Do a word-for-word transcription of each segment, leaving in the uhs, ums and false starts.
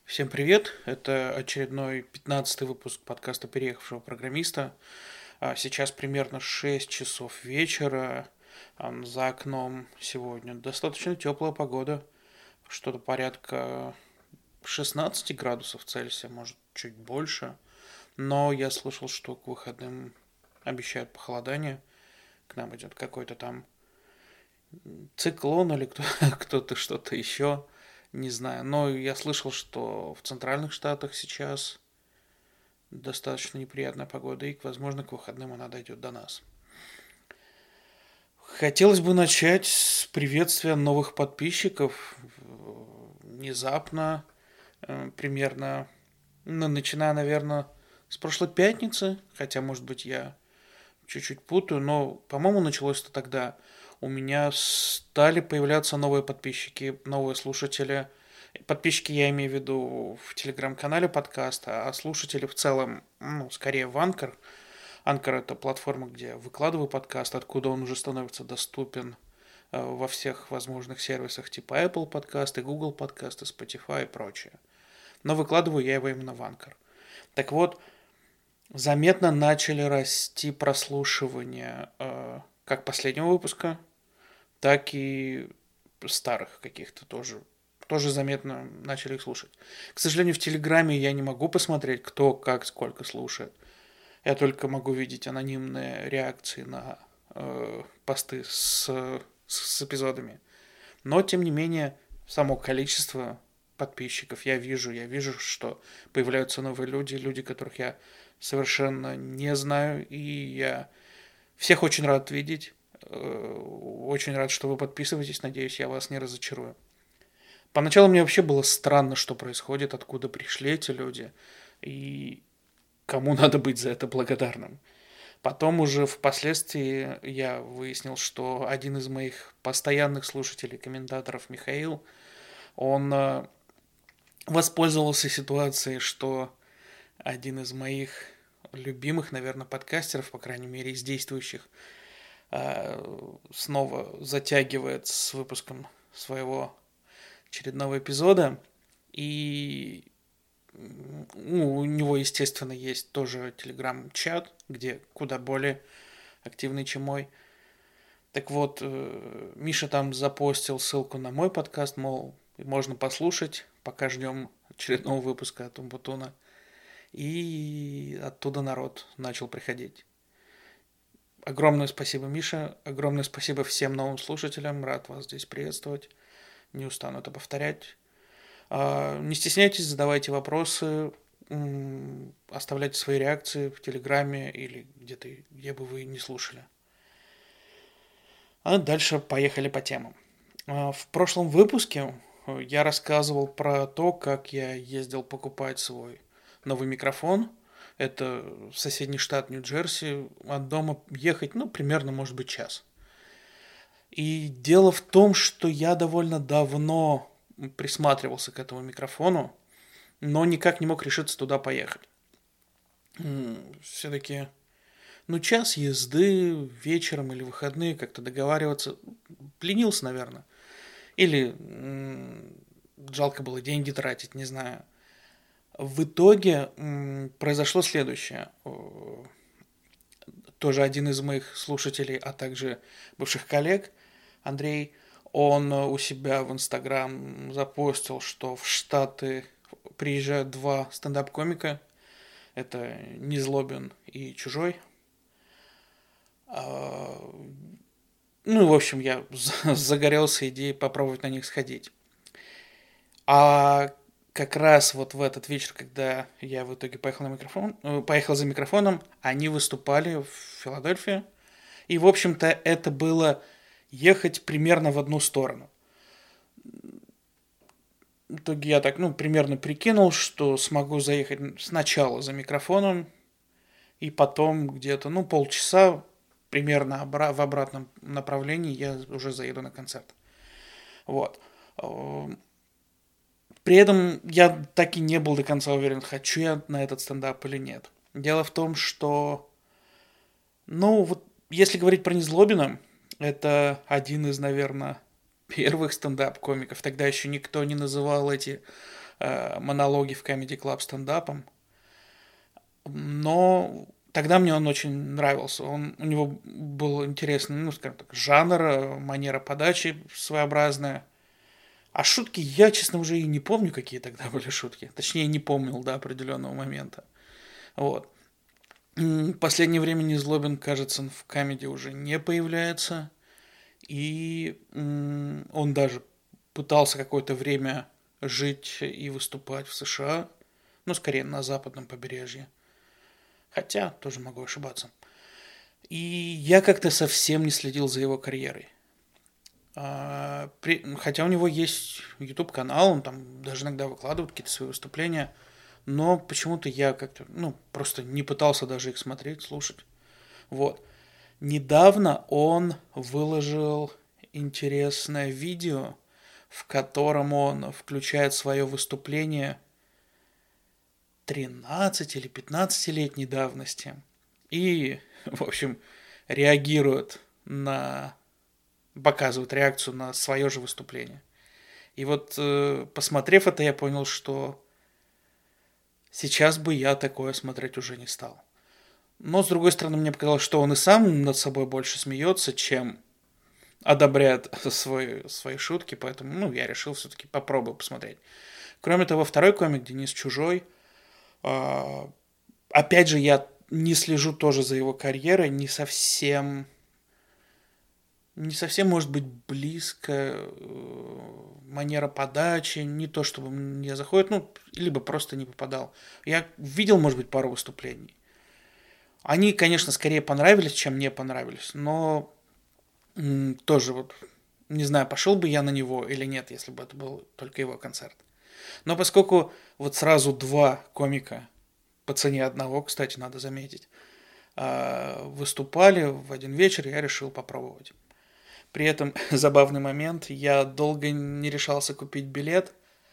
Всем привет! Это очередной пятнадцатый выпуск подкаста «Переехавшего программиста». А Сейчас примерно шесть часов вечера. Ам, За окном сегодня достаточно теплая погода. Что-то порядка шестнадцати градусов Цельсия, может чуть больше. Но я слышал, что к выходным обещают похолодание. К нам идет какой-то там циклон или кто- кто-то что-то еще. Не знаю. Но я слышал, что в центральных штатах сейчас достаточно неприятная погода, и, возможно, к выходным она дойдет до нас. Хотелось бы начать с приветствия новых подписчиков. Внезапно, э, примерно, ну, начиная, наверное, с прошлой пятницы, хотя, может быть, я чуть-чуть путаю, но, по-моему, началось это тогда. У меня стали появляться новые подписчики, новые слушатели. Подписчики я имею в виду в телеграм-канале подкаста, а слушатели в целом, ну, скорее в Anchor. Anchor — это платформа, где выкладываю подкаст, откуда он уже становится доступен э, во всех возможных сервисах типа Apple подкасты, Google подкасты, Spotify и прочее. Но выкладываю я его именно в Anchor. Так вот, заметно начали расти прослушивания э, как последнего выпуска, так и старых каких-то тоже. Тоже заметно начали их слушать. К сожалению, в Телеграме я не могу посмотреть, кто, как, сколько слушает. Я только могу видеть анонимные реакции на э, посты с, с эпизодами. Но, тем не менее, само количество подписчиков я вижу. Я вижу, что появляются новые люди, люди, которых я совершенно не знаю. И я всех очень рад видеть. Э, Очень рад, что вы подписываетесь. Надеюсь, я вас не разочарую. Поначалу мне вообще было странно, что происходит, откуда пришли эти люди. И кому надо быть за это благодарным. Потом уже впоследствии я выяснил, что один из моих постоянных слушателей, комментаторов Михаил, он э, воспользовался ситуацией, что один из моих любимых, наверное, подкастеров, по крайней мере, из действующих, э, снова затягивает с выпуском своего очередного эпизода. И ну, у него, естественно, есть тоже телеграм-чат, где куда более активный, чем мой. Так вот, э, Миша там запостил ссылку на мой подкаст, мол, можно послушать, пока ждем очередного выпуска от Умбутуна. И оттуда народ начал приходить. Огромное спасибо, Миша. Огромное спасибо всем новым слушателям. Рад вас здесь приветствовать. Не устану это повторять. А, Не стесняйтесь, задавайте вопросы, оставляйте свои реакции в Телеграме или где-то, где бы вы не слушали. А дальше поехали по темам. А, В прошлом выпуске э, я рассказывал про то, как я ездил покупать свой новый микрофон. Это соседний штат Нью-Джерси. От дома ехать, ну, примерно, может быть, час. И дело в том, что я довольно давно присматривался к этому микрофону, но никак не мог решиться туда поехать. Все-таки, ну, час езды вечером или выходные, как-то договариваться. Пленился, наверное. Или м, жалко было деньги тратить, не знаю. В итоге м, произошло следующее. О, Тоже один из моих слушателей, а также бывших коллег, Андрей, он э, у себя в Инстаграм запостил, что в Штаты приезжают два стендап-комика. Это Незлобин и Чужой. А, Ну, в общем, я загорелся идеей попробовать на них сходить. А как раз вот в этот вечер, когда я в итоге поехал на микрофон, э, поехал за микрофоном, они выступали в Филадельфии. И, в общем-то, это было ехать примерно в одну сторону. В итоге я так, ну, примерно прикинул, что смогу заехать сначала за микрофоном, и потом где-то, ну, полчаса примерно обра- в обратном направлении я уже заеду на концерт. Вот. Эм, При этом я так и не был до конца уверен, хочу я на этот стендап или нет. Дело в том, что, ну, вот если говорить про Незлобина, это один из, наверное, первых стендап-комиков. Тогда еще никто не называл эти э, монологи в Comedy Club стендапом. Но тогда мне он очень нравился. Он, у него был интересный, ну, скажем так, жанр, манера подачи своеобразная. А шутки я, честно, уже и не помню, какие тогда были шутки. Точнее, не помнил до определенного момента. Вот. В последнее время Незлобин, кажется, в комедии уже не появляется. И он даже пытался какое-то время жить и выступать в США. Ну, скорее, на западном побережье. Хотя, тоже могу ошибаться. И я как-то совсем не следил за его карьерой. А, при, хотя у него есть YouTube-канал, он там даже иногда выкладывает какие-то свои выступления. Но почему-то я как-то, ну, просто не пытался даже их смотреть, слушать. Вот. Недавно он выложил интересное видео, в котором он включает свое выступление тринадцати или пятнадцатилетней давности. И, в общем, реагирует на... показывает реакцию на свое же выступление. И вот, э, посмотрев это, я понял, что сейчас бы я такое смотреть уже не стал. Но, с другой стороны, мне показалось, что он и сам над собой больше смеется, чем одобряет свои, свои шутки, поэтому, ну, я решил все-таки попробую посмотреть. Кроме того, второй комик, Денис Чужой, э, опять же, я не слежу тоже за его карьерой, не совсем... Не совсем, может быть, близко манера подачи, не то, чтобы мне заходит, ну, либо просто не попадал. Я видел, может быть, пару выступлений. Они, конечно, скорее понравились, чем не понравились, но м, тоже вот, не знаю, пошел бы я на него или нет, если бы это был только его концерт. Но поскольку вот сразу два комика, по цене одного, кстати, надо заметить, выступали в один вечер, я решил попробовать. При этом забавный момент, я долго не решался купить билет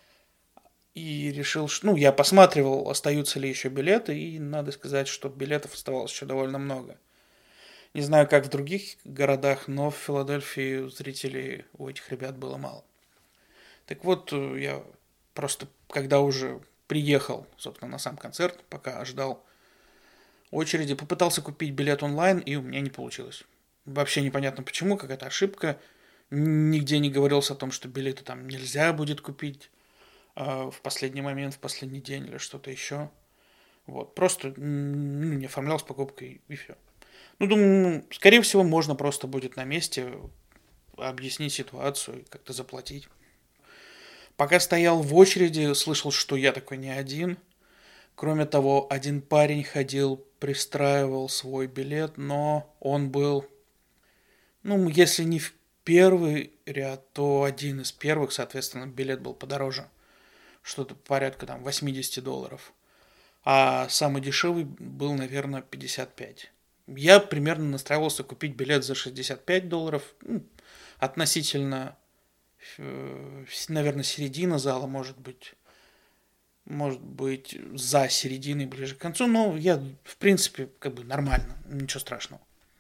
и решил, что, ну, я посматривал, остаются ли еще билеты, и надо сказать, что билетов оставалось еще довольно много. Не знаю, как в других городах, но в Филадельфии зрителей у этих ребят было мало. Так вот, я просто, когда уже приехал, собственно, на сам концерт, пока ждал очереди, попытался купить билет онлайн, и у меня не получилось. Вообще непонятно почему, какая-то ошибка. Нигде не говорилось о том, что билеты там нельзя будет купить э, в последний момент, в последний день или что-то еще. Вот. Просто ну, не оформлялась покупка и, и все. Ну, думаю, скорее всего, можно просто будет на месте объяснить ситуацию и как-то заплатить. Пока стоял в очереди, слышал, что я такой не один. Кроме того, один парень ходил, пристраивал свой билет, но он был... Ну, если не в первый ряд, то один из первых, соответственно, билет был подороже. Что-то порядка там восемьдесят долларов. А самый дешевый был, наверное, пятьдесят пять. Я примерно настраивался купить билет за шестьдесят пять долларов. Ну, относительно, наверное, середина зала, может быть. Может быть, за серединой, ближе к концу. Но я, в принципе, как бы нормально. Ничего страшного.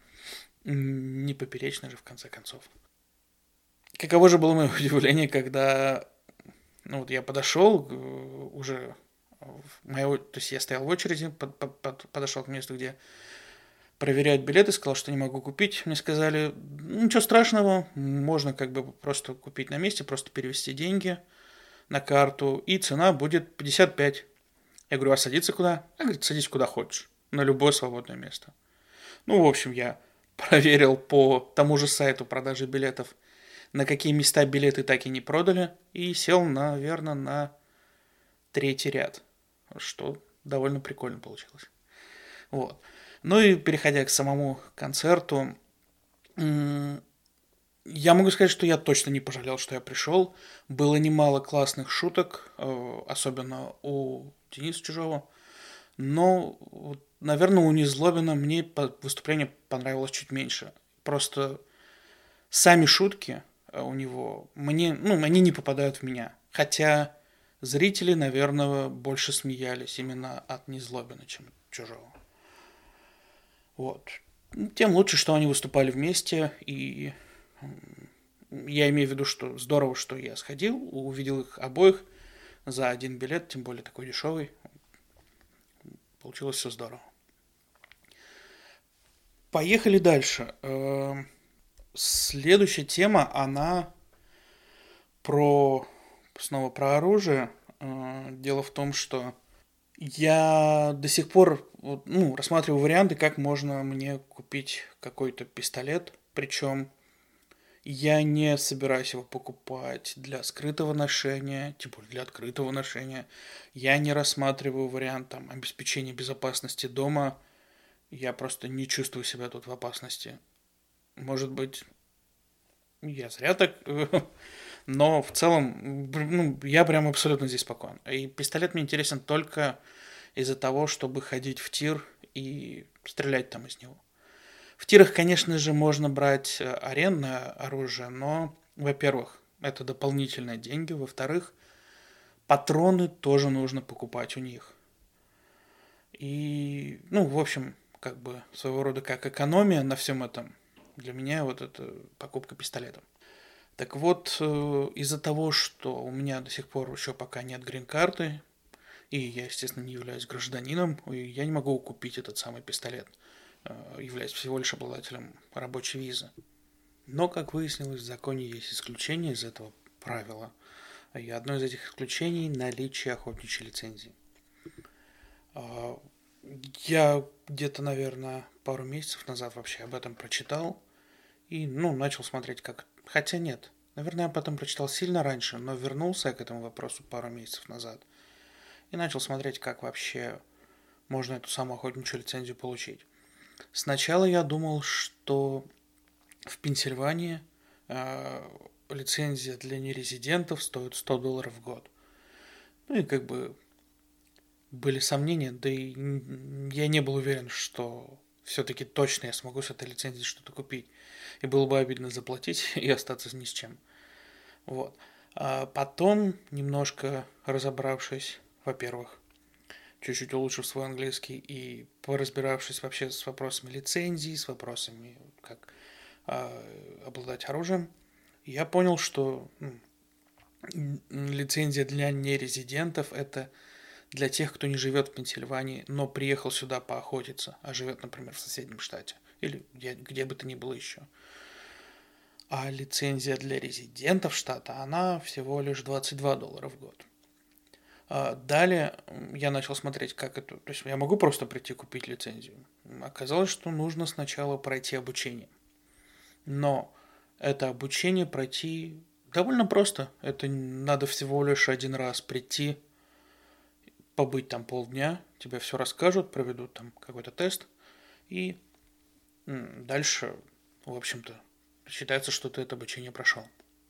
Не поперечно же, в конце концов. Каково же было мое удивление, когда ну, вот я подошел уже, моего, то есть я стоял в очереди, под, под, подошел к месту, где проверяют билеты, сказал, что не могу купить. Мне сказали, ничего страшного, можно как бы просто купить на месте, просто перевести деньги на карту, и цена будет пятьдесят пять. Я говорю, а садиться куда? Он говорит, садись куда хочешь, на любое свободное место. Ну, в общем, я проверил по тому же сайту продажи билетов, на какие места билеты так и не продали, и сел, наверное, на третий ряд, что довольно прикольно получилось. Вот. Ну и переходя к самому концерту, я могу сказать, что я точно не пожалел, что я пришел. Было немало классных шуток, особенно у Дениса Чужого, но наверное, у Незлобина мне выступление понравилось чуть меньше. Просто сами шутки у него, мне, ну, они не попадают в меня. Хотя зрители, наверное, больше смеялись именно от Незлобина, чем от Чужого. Вот. Тем лучше, что они выступали вместе. И я имею в виду, что здорово, что я сходил, увидел их обоих. за один билет, тем более такой дешевый. Получилось все здорово. Поехали дальше. Эм, Следующая тема, она про снова про оружие. Э, Дело в том, что я до сих пор вот, ну, рассматриваю варианты, как можно мне купить какой-то пистолет. Причем я не собираюсь его покупать для скрытого ношения, тем более для открытого ношения. Я не рассматриваю вариант там, обеспечения безопасности дома. Я просто не чувствую себя тут в опасности. Может быть, я зря так, но в целом, ну, я прям абсолютно здесь спокоен. И пистолет мне интересен только из-за того, чтобы ходить в тир и стрелять там из него. В тирах, конечно же, можно брать э, арендное оружие, но, во-первых, это дополнительные деньги, во-вторых, патроны тоже нужно покупать у них. И, ну, в общем, как бы своего рода как экономия на всем этом. Для меня вот это покупка пистолета. Так вот, э, из-за того, что у меня до сих пор еще пока нет грин-карты, и я, естественно, не являюсь гражданином, и я не могу купить этот самый пистолет, э, являясь всего лишь обладателем рабочей визы. Но, как выяснилось, в законе есть исключение из этого правила. И одно из этих исключений – наличие охотничьей лицензии. А, Я где-то, наверное, пару месяцев назад вообще об этом прочитал и, ну, начал смотреть, как... Хотя нет, наверное, я об этом прочитал сильно раньше, но вернулся я к этому вопросу пару месяцев назад и начал смотреть, как вообще можно эту самую охотничью лицензию получить. Сначала я думал, что в Пенсильвании э, лицензия для нерезидентов стоит сто долларов в год. Ну и как бы были сомнения, да и я не был уверен, что все-таки точно я смогу с этой лицензией что-то купить. И было бы обидно заплатить и остаться ни с чем. Вот. А потом, немножко разобравшись, во-первых, чуть-чуть улучшив свой английский и поразбиравшись вообще с вопросами лицензии, с вопросами, как э, обладать оружием, я понял, что ну, лицензия для нерезидентов – это для тех, кто не живет в Пенсильвании, но приехал сюда поохотиться, а живет, например, в соседнем штате или где, где бы то ни было еще. А лицензия для резидентов штата, она всего лишь двадцать два доллара в год. А далее я начал смотреть, как это... То есть я могу просто прийти купить лицензию. Оказалось, что нужно сначала пройти обучение. Но это обучение пройти довольно просто. Это надо всего лишь один раз прийти, побыть там полдня, тебе все расскажут, проведут там какой-то тест, и дальше, в общем-то, считается, что ты это обучение прошел.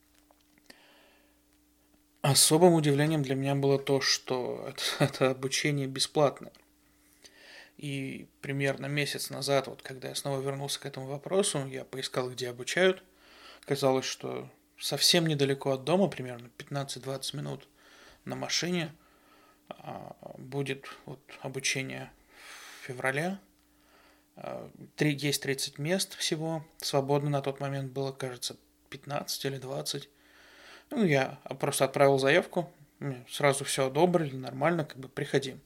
Особым удивлением для меня было то, что это, это обучение бесплатное. И примерно месяц назад, вот когда я снова вернулся к этому вопросу, я поискал, где обучают. Оказалось, что совсем недалеко от дома, примерно пятнадцать-двадцать минут на машине, будет вот обучение в феврале. Есть тридцать мест всего. Свободно на тот момент было, кажется, пятнадцать или двадцать. Ну, я просто отправил заявку. Мне сразу все одобрили, нормально, как бы приходи.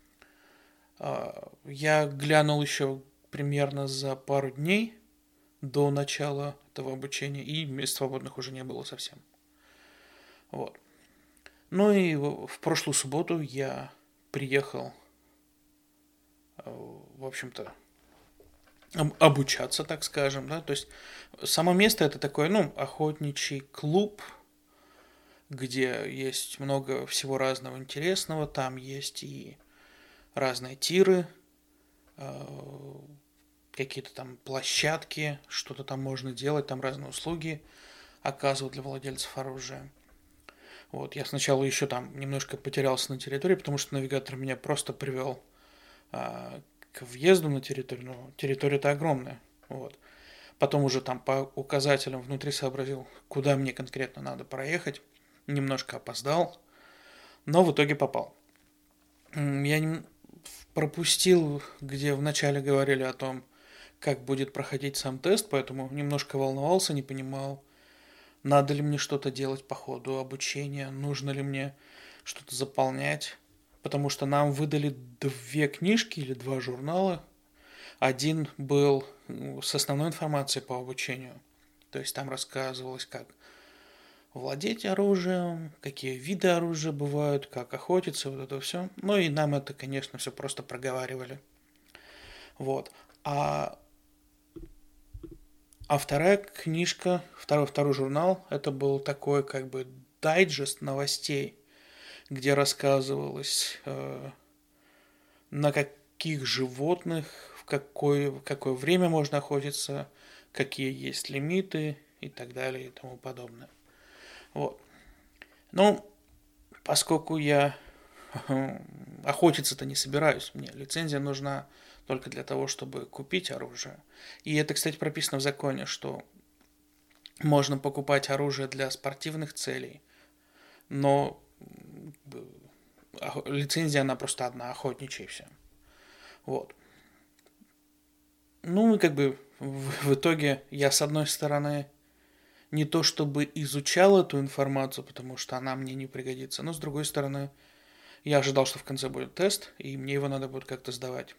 Я глянул еще примерно за пару дней до начала этого обучения, и мест свободных уже не было совсем. Вот. Ну и в прошлую субботу я приехал, в общем-то, обучаться, так скажем, да, то есть само место это такое, ну, охотничий клуб, где есть много всего разного интересного, там есть и разные тиры, какие-то там площадки, что-то там можно делать, там разные услуги оказывают для владельцев оружия. Вот, я сначала еще там немножко потерялся на территории, потому что навигатор меня просто привел а, к въезду на территорию, но территория-то огромная. Вот. Потом уже там по указателям внутри сообразил, куда мне конкретно надо проехать. Немножко опоздал, но в итоге попал. Я пропустил, где вначале говорили о том, как будет проходить сам тест, поэтому немножко волновался, не понимал, надо ли мне что-то делать по ходу обучения, нужно ли мне что-то заполнять, потому что нам выдали две книжки или два журнала. Один был с основной информацией по обучению, то есть там рассказывалось, как владеть оружием, какие виды оружия бывают, как охотиться, вот это все. Ну и нам это, конечно, все просто проговаривали. Вот. А, а вторая книжка, второй, второй журнал, это был такой как бы дайджест новостей, где рассказывалось, э, на каких животных, в какое, в какое время можно охотиться, какие есть лимиты и так далее и тому подобное. Вот. Ну, поскольку я охотиться-то не собираюсь, мне лицензия нужна только для того, чтобы купить оружие. И это, кстати, прописано в законе, что можно покупать оружие для спортивных целей, но лицензия, она просто одна, охотничья и все. Вот. Ну и как бы в, в итоге я, с одной стороны, не то чтобы изучал эту информацию, потому что она мне не пригодится, но с другой стороны, я ожидал, что в конце будет тест, и мне его надо будет как-то сдавать.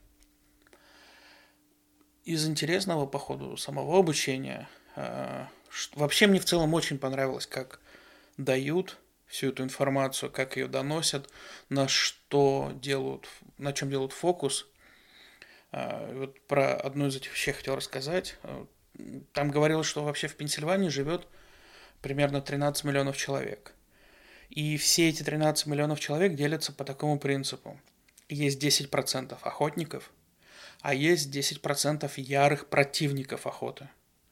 Из интересного по ходу самого обучения, э, вообще мне в целом очень понравилось, как дают всю эту информацию, как ее доносят, на что делают, на чем делают фокус. Э, вот про одну из этих вещей хотел рассказать. Там говорилось, что вообще в Пенсильвании живет примерно тринадцать миллионов человек. И все эти тринадцать миллионов человек делятся по такому принципу. Есть десять процентов охотников, а есть десять процентов ярых противников охоты.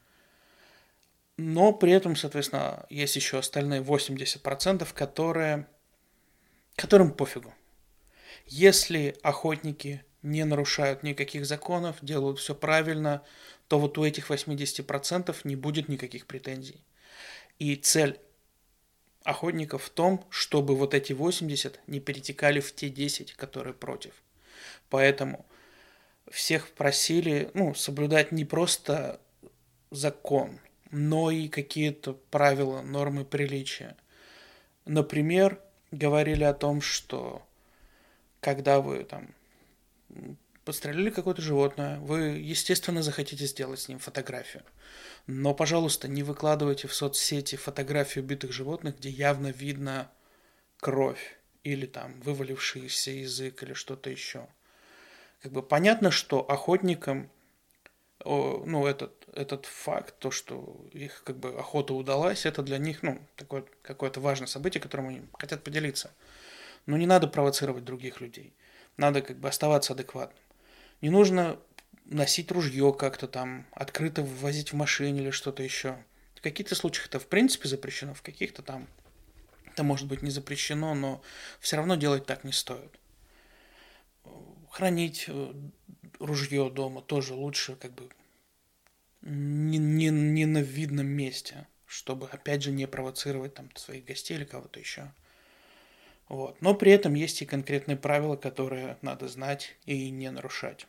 Но при этом, соответственно, есть еще остальные восемьдесят процентов, которые, которым пофигу. Если охотники не нарушают никаких законов, делают все правильно, то вот у этих восемьдесят процентов не будет никаких претензий. И цель охотников в том, чтобы вот эти восемьдесят не перетекали в те десять, которые против. Поэтому всех просили, ну, соблюдать не просто закон, но и какие-то правила, нормы приличия. Например, говорили о том, что когда вы там подстрелили какое-то животное, вы, естественно, захотите сделать с ним фотографию. Но, пожалуйста, не выкладывайте в соцсети фотографии убитых животных, где явно видно кровь или там вывалившийся язык или что-то еще. Как бы понятно, что охотникам, ну, этот, этот факт, то, что их как бы охота удалась, это для них, ну, такое какое-то важное событие, которым они хотят поделиться. Но не надо провоцировать других людей. Надо как бы оставаться адекватным. Не нужно носить ружье как-то там, открыто ввозить в машине или что-то еще. В каких-то случаях это в принципе запрещено, в каких-то там это может быть не запрещено, но все равно делать так не стоит. Хранить ружье дома тоже лучше как бы не, не, не на видном месте, чтобы опять же не провоцировать там своих гостей или кого-то еще. Вот. Но при этом есть и конкретные правила, которые надо знать и не нарушать.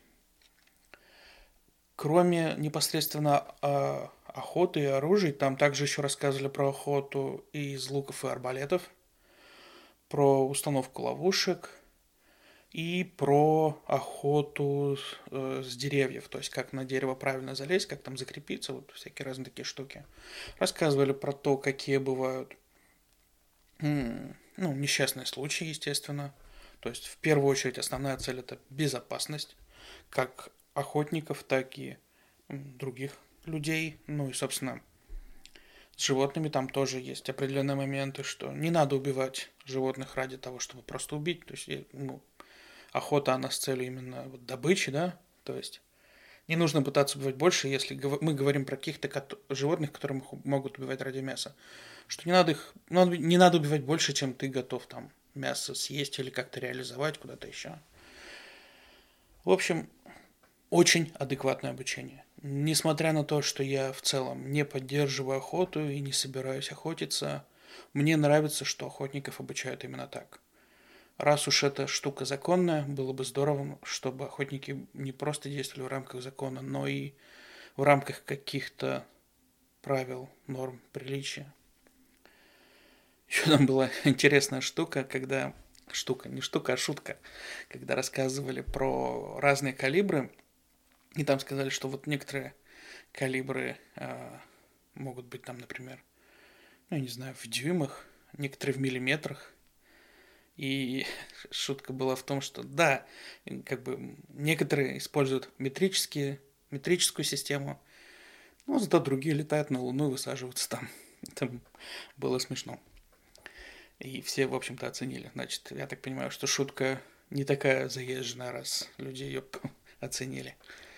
Кроме непосредственно э, охоты и оружия, там также еще рассказывали про охоту из луков и арбалетов, про установку ловушек и про охоту э, с деревьев, то есть как на дерево правильно залезть, как там закрепиться, вот всякие разные такие штуки. Рассказывали про то, какие бывают м- ну, несчастные случаи, естественно. То есть в первую очередь основная цель это безопасность, как охотников, так и других людей. Ну и, собственно, с животными там тоже есть определенные моменты, что не надо убивать животных ради того, чтобы просто убить. То есть, ну, охота, она с целью именно вот добычи, да, то есть не нужно пытаться убивать больше, если мы говорим про каких-то животных, которые могут убивать ради мяса, что не надо их, не надо убивать больше, чем ты готов там мясо съесть или как-то реализовать куда-то еще. В общем, очень адекватное обучение. Несмотря на то, что я в целом не поддерживаю охоту и не собираюсь охотиться, мне нравится, что охотников обучают именно так. Раз уж эта штука законная, было бы здорово, чтобы охотники не просто действовали в рамках закона, но и в рамках каких-то правил, норм, приличия. Еще там была интересная штука, когда... Штука, не штука, а шутка. Когда рассказывали про разные калибры, и там сказали, что вот некоторые калибры э, могут быть там, например, ну, я не знаю, в дюймах, некоторые в миллиметрах. И шутка была в том, что да, как бы некоторые используют метрические, метрическую систему, но зато другие летают на Луну и высаживаются там. Это было смешно. И все, в общем-то, оценили. Значит, я так понимаю, что шутка не такая заезженная, раз люди ее оценили.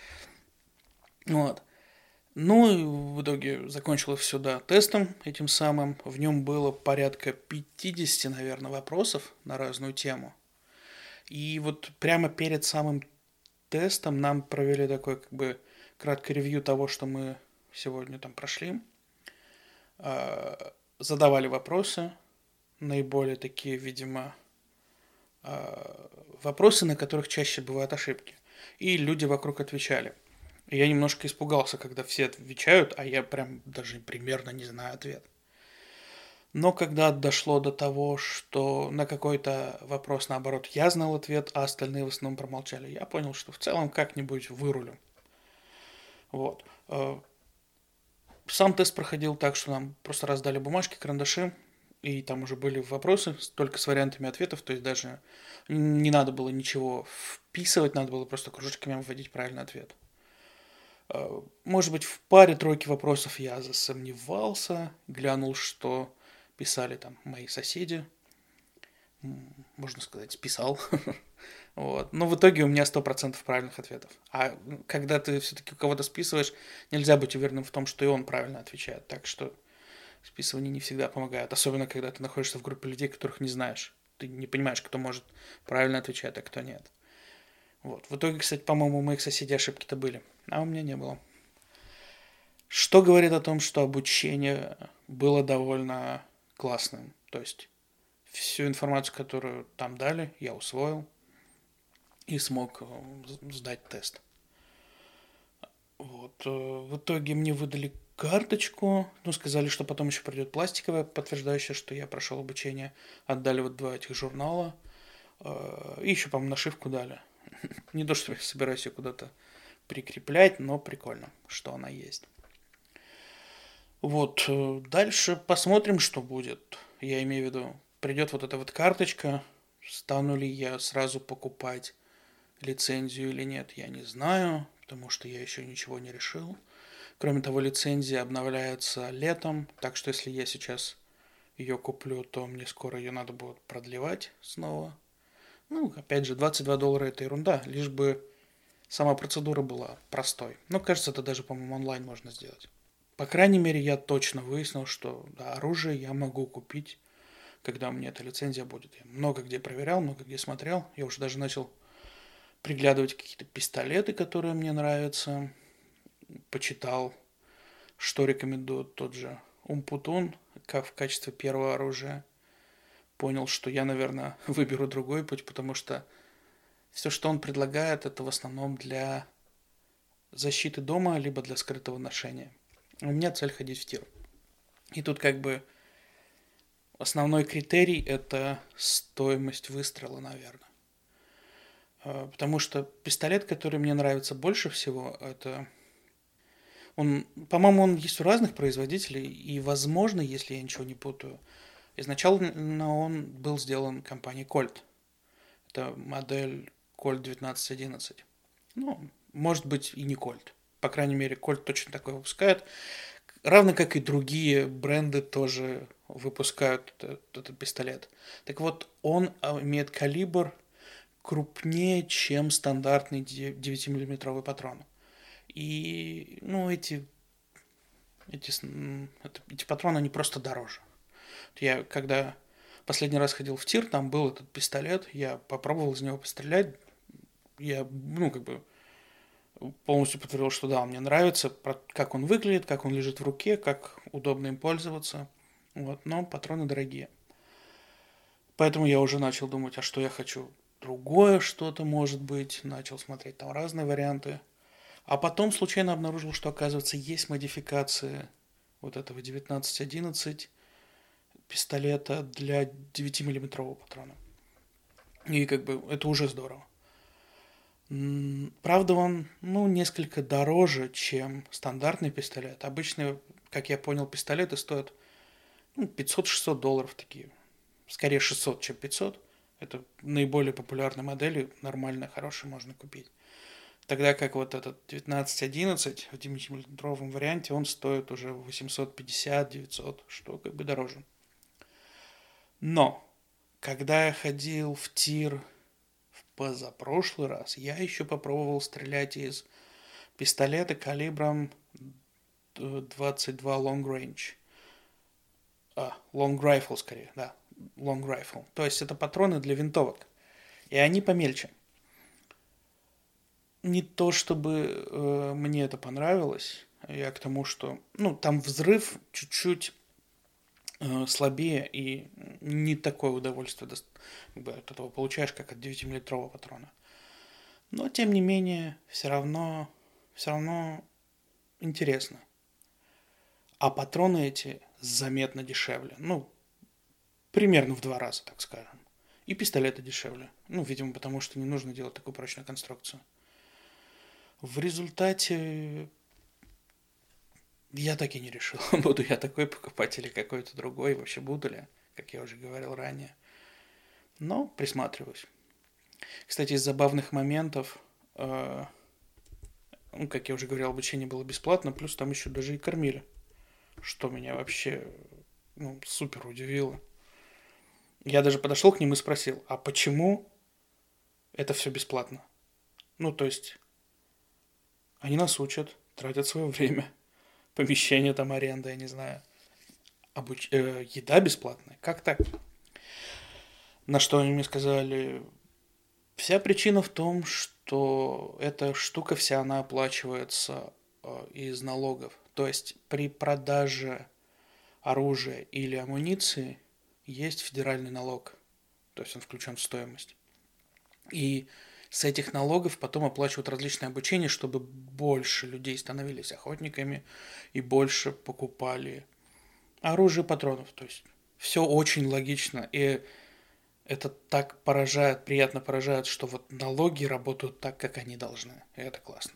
Вот. Ну, и в итоге закончилось все, да, тестом этим самым. В нем было порядка пятьдесят, наверное, вопросов на разную тему. И вот прямо перед самым тестом нам провели такое, как бы, краткое ревью того, что мы сегодня там прошли. Задавали вопросы, наиболее такие, видимо, вопросы, на которых чаще бывают ошибки. И люди вокруг отвечали. И я немножко испугался, когда все отвечают, а я прям даже примерно не знаю ответ. Но когда дошло до того, что на какой-то вопрос, наоборот, я знал ответ, а остальные в основном промолчали, я понял, что в целом как-нибудь вырулю. Вот. Сам тест проходил так, что нам просто раздали бумажки, карандаши, и там уже были вопросы, только с вариантами ответов, то есть даже не надо было ничего вписывать, надо было просто кружочками вводить правильный ответ. Может быть, в паре-тройке вопросов я засомневался, глянул, что писали там мои соседи, можно сказать, списал. Вот. Но в итоге у меня сто процентов правильных ответов. А когда ты все-таки у кого-то списываешь, нельзя быть уверенным в том, что и он правильно отвечает. Так что списывание не всегда помогает. Особенно, когда ты находишься в группе людей, которых не знаешь. Ты не понимаешь, кто может правильно отвечать, а кто нет. Вот. В итоге, кстати, по-моему, у моих соседей ошибки-то были, а у меня не было. Что говорит о том, что обучение было довольно классным. То есть всю информацию, которую там дали, я усвоил и смог сдать тест. Вот. В итоге мне выдали карточку, ну, сказали, что потом еще придет пластиковая, подтверждающая, что я прошел обучение. Отдали вот два этих журнала. И еще, по-моему, нашивку дали. Не то, что я собираюсь ее куда-то прикреплять, но прикольно, что она есть. Вот. Дальше посмотрим, что будет. Я имею в виду, придет вот эта вот карточка, стану ли я сразу покупать лицензию или нет, я не знаю, потому что я еще ничего не решил. Кроме того, лицензия обновляется летом, так что если я сейчас ее куплю, то мне скоро ее надо будет продлевать снова. Ну, опять же, двадцать два доллара это ерунда, лишь бы сама процедура была простой. Но, кажется, это даже, по-моему, онлайн можно сделать. По крайней мере, я точно выяснил, что да, оружие я могу купить, когда у меня эта лицензия будет. Я много где проверял, много где смотрел. Я уже даже начал приглядывать какие-то пистолеты, которые мне нравятся. Почитал, что рекомендует тот же Умпутун, как в качестве первого оружия. Понял, что я, наверное, выберу другой путь, потому что все, что он предлагает, это в основном для защиты дома, либо для скрытого ношения. У меня цель ходить в тир. И тут как бы основной критерий – это стоимость выстрела, наверное. Потому что пистолет, который мне нравится больше всего, это... Он, по-моему, он есть у разных производителей, и, возможно, если я ничего не путаю, изначально он был сделан компанией Colt. Это модель Colt девятнадцать одиннадцать. Ну, может быть, и не Colt. По крайней мере, Colt точно такой выпускает. Равно как и другие бренды тоже выпускают этот, этот пистолет. Так вот, он имеет калибр крупнее, чем стандартный девятимиллиметровый патрон. И, ну, эти, эти, эти патроны, они просто дороже. Я, когда последний раз ходил в тир, там был этот пистолет, я попробовал из него пострелять. Я, ну, как бы полностью подтвердил, что да, мне нравится, как он выглядит, как он лежит в руке, как удобно им пользоваться. Вот, но патроны дорогие. Поэтому я уже начал думать, а что я хочу? Другое что-то, может быть. Начал смотреть там разные варианты. А потом случайно обнаружил, что, оказывается, есть модификации вот этого девятнадцать одиннадцать. пистолета для девятимиллиметрового патрона. И как бы это уже здорово. Правда, он, ну, несколько дороже, чем стандартный пистолет. Обычно, как я понял, пистолеты стоят ну, пятьсот-шестьсот долларов такие. Скорее шестьсот, чем пятьсот. Это наиболее популярные модели, нормально, хорошие можно купить. Тогда как вот этот девятнадцать одиннадцать в девятимиллиметровом варианте, он стоит уже восемьсот пятьдесят - девятьсот, что как бы дороже. Но, когда я ходил в тир в позапрошлый раз, я еще попробовал стрелять из пистолета калибром двадцать два long range. А, long rifle скорее, да, long rifle. То есть это патроны для винтовок. И они помельче. Не то чтобы э, мне это понравилось, я к тому, что, ну, там взрыв чуть-чуть э, слабее и не такое удовольствие как бы, от этого получаешь, как от девятимиллиметрового патрона. Но, тем не менее, все равно, все равно интересно. А патроны эти заметно дешевле. Ну, примерно в два раза, так скажем. И пистолеты дешевле. Ну, видимо, потому что не нужно делать такую прочную конструкцию. В результате я так и не решил, буду я такой покупать или какой-то другой, вообще буду ли, как я уже говорил ранее. Но присматриваюсь. Кстати, из забавных моментов, э, ну, как я уже говорил, обучение было бесплатно, плюс там еще даже и кормили, что меня вообще ну, супер удивило. Я даже подошел к ним и спросил, а почему это все бесплатно? Ну, то есть, они нас учат, тратят свое время, помещение там, аренда, я не знаю, обуч... э, еда бесплатная, как так? На что они мне сказали, вся причина в том, что эта штука вся, она оплачивается э, из налогов. То есть при продаже оружия или амуниции есть федеральный налог. То есть он включен в стоимость. И с этих налогов потом оплачивают различные обучения, чтобы больше людей становились охотниками и больше покупали оружие и патронов. То есть все очень логично. И это так поражает, приятно поражает, что вот налоги работают так, как они должны. И это классно.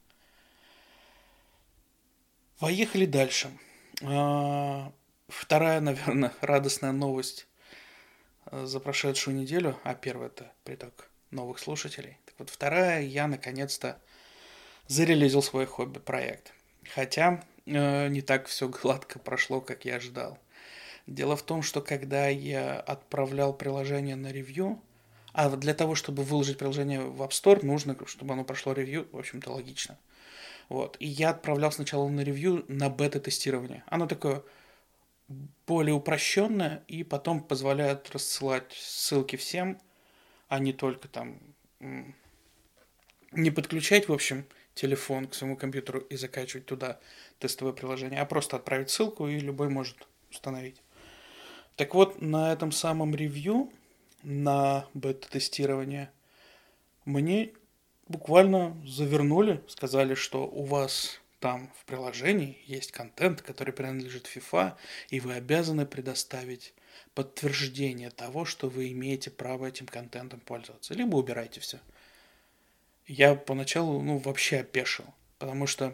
Поехали дальше. Вторая, наверное, радостная новость за прошедшую неделю, а первая это приток новых слушателей. Так вот, вторая, я наконец-то зарелизил свой хобби-проект. Хотя э, не так все гладко прошло, как я ожидал. Дело в том, что когда я отправлял приложение на ревью, а для того, чтобы выложить приложение в App Store, нужно, чтобы оно прошло ревью, в общем-то, логично. Вот. И я отправлял сначала на ревью на бета-тестирование. Оно такое более упрощенное и потом позволяет рассылать ссылки всем, а не только там не подключать, в общем, телефон к своему компьютеру и закачивать туда тестовое приложение, а просто отправить ссылку и любой может установить. Так вот, на этом самом ревью, на бета-тестирование, мне буквально завернули, сказали, что у вас там в приложении есть контент, который принадлежит FIFA, и вы обязаны предоставить подтверждение того, что вы имеете право этим контентом пользоваться. Либо убирайте все. Я поначалу, ну, вообще опешил, потому что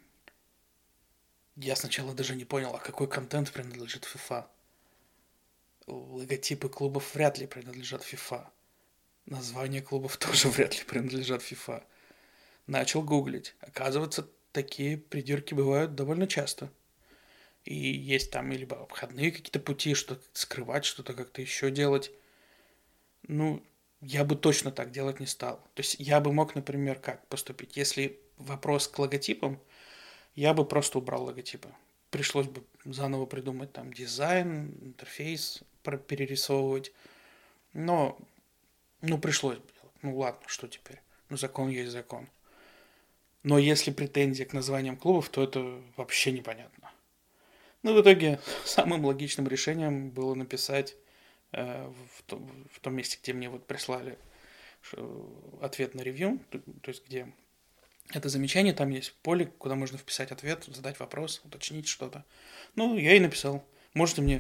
я сначала даже не понял, а какой контент принадлежит FIFA. Логотипы клубов вряд ли принадлежат FIFA. Названия клубов тоже вряд ли принадлежат FIFA. Начал гуглить. Оказывается, такие придирки бывают довольно часто. И есть там либо обходные какие-то пути, что-то скрывать, что-то как-то еще делать. Ну, я бы точно так делать не стал. То есть я бы мог, например, как поступить? Если вопрос к логотипам, я бы просто убрал логотипы. Пришлось бы заново придумать там дизайн, интерфейс перерисовывать. Но, ну, пришлось бы делать. Ну, ладно, что теперь? Ну, закон есть закон. Но если претензия к названиям клубов, то это вообще непонятно. Ну, в итоге самым логичным решением было написать э, в, том, в том месте, где мне вот прислали ответ на ревью, то, то есть где это замечание, там есть поле, куда можно вписать ответ, задать вопрос, уточнить что-то. Ну, я и написал. Можете мне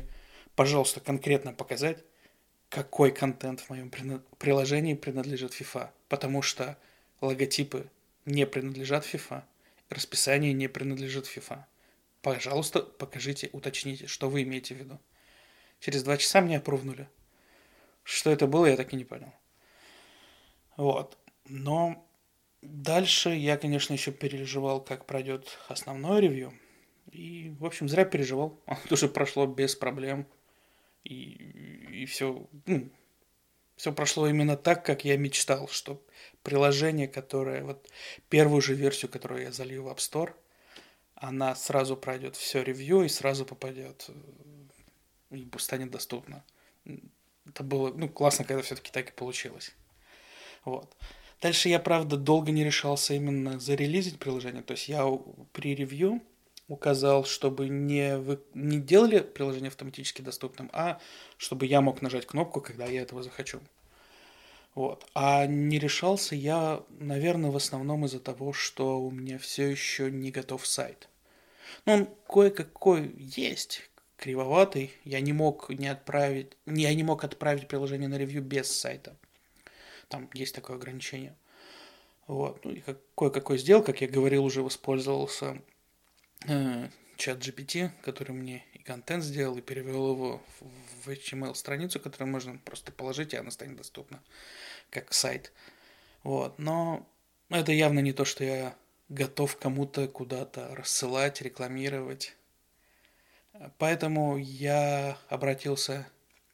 пожалуйста, конкретно показать, какой контент в моем приложении принадлежит FIFA. Потому что логотипы не принадлежат FIFA, расписание не принадлежит FIFA. Пожалуйста, покажите, уточните, что вы имеете в виду. Через два часа мне опровнули. Что это было, я так и не понял. Вот. Но дальше я, конечно, еще переживал, как пройдет основное ревью. И, в общем, зря переживал. Оно тоже прошло без проблем. И, и все, ну, все прошло именно так, как я мечтал, что приложение, которое, вот первую же версию, которую я залью в App Store, она сразу пройдет все ревью и сразу попадет и станет доступна. Это было, ну, классно, когда все-таки так и получилось. Вот. Дальше я, правда, долго не решался именно зарелизить приложение. То есть я при ревью указал, чтобы не, вы, не делали приложение автоматически доступным, а чтобы я мог нажать кнопку, когда я этого захочу. Вот. А не решался я, наверное, в основном из-за того, что у меня все еще не готов сайт. Ну, он кое-какой есть, кривоватый. Я не мог не отправить, я не мог отправить приложение на ревью без сайта. Там есть такое ограничение. Вот. Ну и как, кое-какой сделал, как я говорил, уже воспользовался э, чат джи пи ти, который мне и контент сделал, и перевел его в, в эйч ти эм эл-страницу, которую можно просто положить, и она станет доступна, как сайт. Вот. Но это явно не то, что я готов кому-то куда-то рассылать, рекламировать. Поэтому я обратился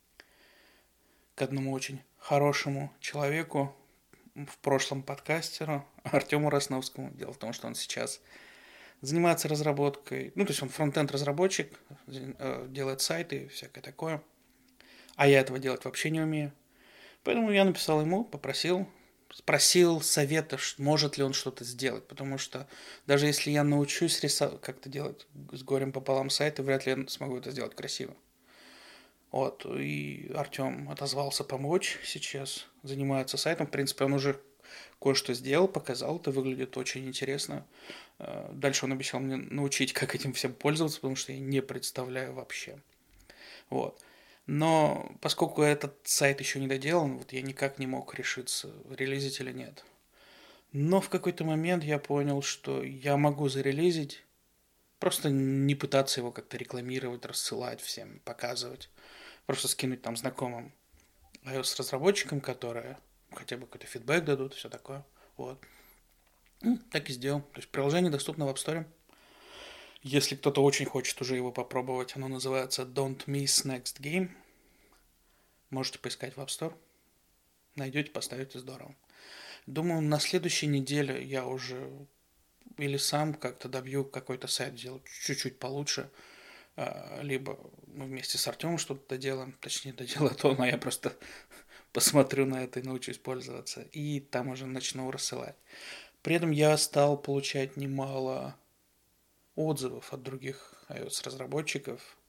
к одному очень хорошему человеку, в прошлом подкастеру, Артему Росновскому. Дело в том, что он сейчас занимается разработкой, ну, то есть он фронтенд разработчик, делает сайты, всякое такое. А я этого делать вообще не умею. Поэтому я написал ему, попросил, спросил совета, может ли он что-то сделать. Потому что даже если я научусь рисовать, как-то делать с горем пополам сайты, вряд ли я смогу это сделать красиво. Вот, и Артем отозвался помочь сейчас, занимается сайтом. В принципе, он уже кое-что сделал, показал, это выглядит очень интересно. Дальше он обещал мне научить, как этим всем пользоваться, потому что я не представляю вообще. Вот. Но поскольку этот сайт еще не доделан, вот я никак не мог решиться, релизить или нет. Но в какой-то момент я понял, что я могу зарелизить, просто не пытаться его как-то рекламировать, рассылать всем, показывать. Просто скинуть там знакомым iOS-разработчикам, которые хотя бы какой-то фидбэк дадут, все такое. Вот. Ну, так и сделал. То есть приложение доступно в App Store. Если кто-то очень хочет уже его попробовать, оно называется Don't Miss Next Game. Можете поискать в App Store. Найдете, поставите, здорово. Думаю, на следующей неделе я уже или сам как-то добью какой-то сайт, делаю чуть-чуть получше, либо мы вместе с Артемом что-то доделаем, точнее доделает он, а я просто посмотрю на это и научусь пользоваться, и там уже начну рассылать. При этом я стал получать немало отзывов от других iOS-разработчиков,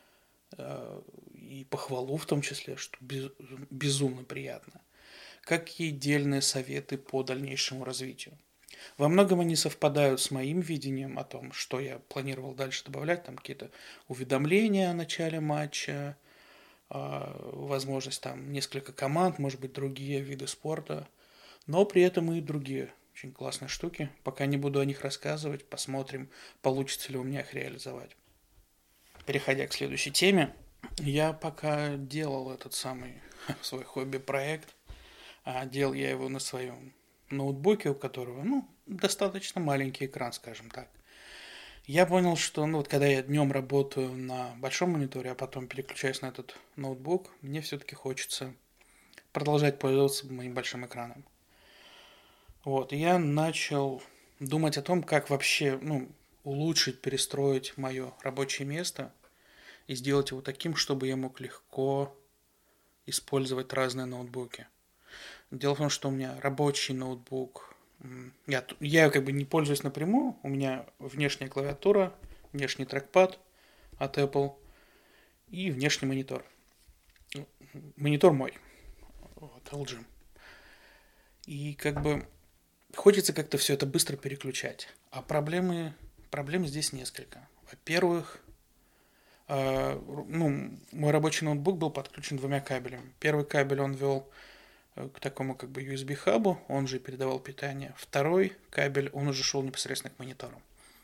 и похвалу в том числе, что без, безумно приятно, как и дельные советы по дальнейшему развитию. Во многом они совпадают с моим видением о том, что я планировал дальше добавлять, там какие-то уведомления о начале матча, возможность там несколько команд, может быть, другие виды спорта, но при этом и другие очень классные штуки. Пока не буду о них рассказывать, посмотрим, получится ли у меня их реализовать. Переходя к следующей теме, я пока делал этот самый свой хобби-проект, а делал я его на своем ноутбуке, у которого, ну, достаточно маленький экран, скажем так. Я понял, что, ну, вот когда я днем работаю на большом мониторе, а потом переключаюсь на этот ноутбук, мне все-таки хочется продолжать пользоваться моим большим экраном. Вот, и я начал думать о том, как вообще, ну, улучшить, перестроить мое рабочее место и сделать его таким, чтобы я мог легко использовать разные ноутбуки. Дело в том, что у меня рабочий ноутбук, я, я как бы не пользуюсь напрямую, у меня внешняя клавиатура, внешний трекпад от Apple и внешний монитор. Монитор мой, вот, эл джи. И как бы хочется как-то все это быстро переключать. А проблемы, проблем здесь несколько. Во-первых, А, ну, мой рабочий ноутбук был подключен двумя кабелями. Первый кабель он вел к такому как бы ю эс би-хабу, он же передавал питание. Второй кабель, он уже шел непосредственно к монитору.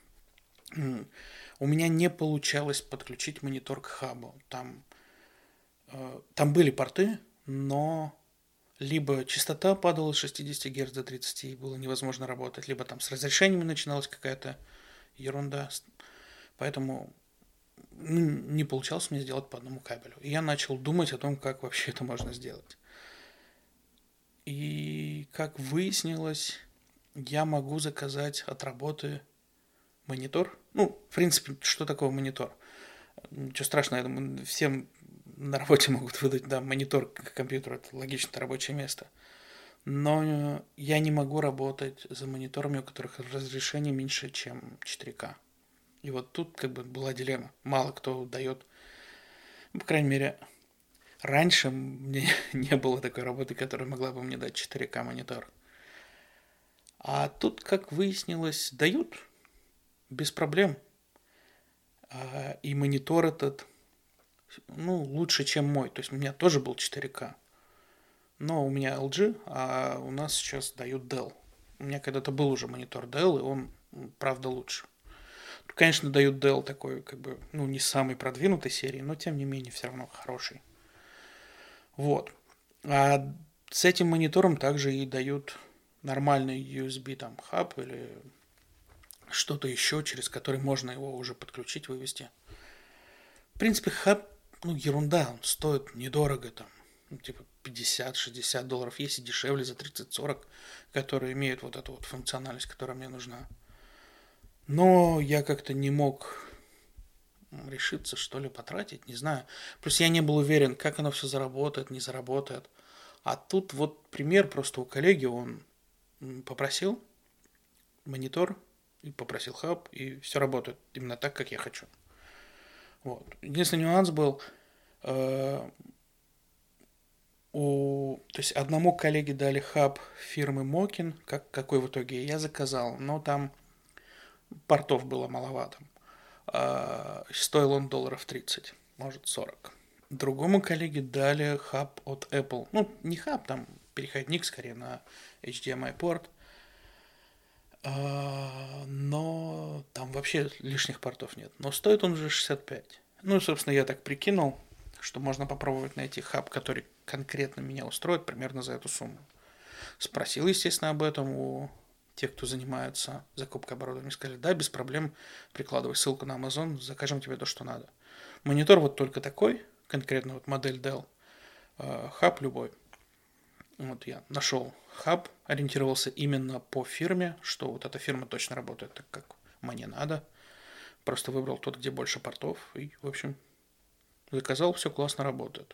У меня не получалось подключить монитор к хабу. Там, там были порты, но либо частота падала с шестидесяти герц до тридцати, и было невозможно работать, либо там с разрешениями начиналась какая-то ерунда. Поэтому не получалось мне сделать по одному кабелю. И я начал думать о том, как вообще это можно сделать. И как выяснилось, я могу заказать от работы монитор. Ну, в принципе, что такое монитор? Ничего страшного, я думаю, всем на работе могут выдать, да, монитор к компьютеру, это логично, это рабочее место. Но я не могу работать за мониторами, у которых разрешение меньше, чем четыре ка. И вот тут как бы была дилемма. Мало кто дает, ну, по крайней мере, раньше мне не было такой работы, которая могла бы мне дать четыре ка монитор. А тут, как выяснилось, дают без проблем. И монитор этот, ну, лучше, чем мой. То есть у меня тоже был четыре ка. Но у меня эл джи, а у нас сейчас дают Dell. У меня когда-то был уже монитор Dell, и он, правда, лучше. Конечно, дают Dell такой, как бы, ну, не самой продвинутой серии, но, тем не менее, все равно хороший. Вот. А с этим монитором также и дают нормальный ю эс би, там, хаб или что-то еще, через который можно его уже подключить, вывести. В принципе, хаб, ну, ерунда, он стоит недорого, там, ну, типа пятьдесят-шестьдесят долларов, есть и дешевле за тридцать-сорок, которые имеют вот эту вот функциональность, которая мне нужна. Но я как-то не мог решиться, что ли, потратить, не знаю. Плюс я не был уверен, как оно все заработает, не заработает. А тут вот пример просто у коллеги, он попросил монитор, и попросил хаб, и все работает именно так, как я хочу. Вот. Единственный нюанс был, э, у, то есть одному коллеге дали хаб фирмы Mokin, как, какой в итоге я заказал, но там портов было маловато. Э, стоил он долларов тридцать, может сорок. Другому коллеге дали хаб от Apple. Ну, не хаб, там переходник скорее на эйч ди эм ай порт. Но там вообще лишних портов нет. Но стоит он уже шестьдесят пять. Ну, собственно, я так прикинул, что можно попробовать найти хаб, который конкретно меня устроит примерно за эту сумму. Спросил, естественно, об этом у тех, кто занимается закупкой оборудования. Сказали, да, без проблем, прикладывай ссылку на Amazon, закажем тебе то, что надо. Монитор вот только такой, конкретно вот модель Dell, хаб любой. Вот я нашел хаб, ориентировался именно по фирме, что вот эта фирма точно работает так, как мне надо. Просто выбрал тот, где больше портов, и, в общем, заказал, все классно работает.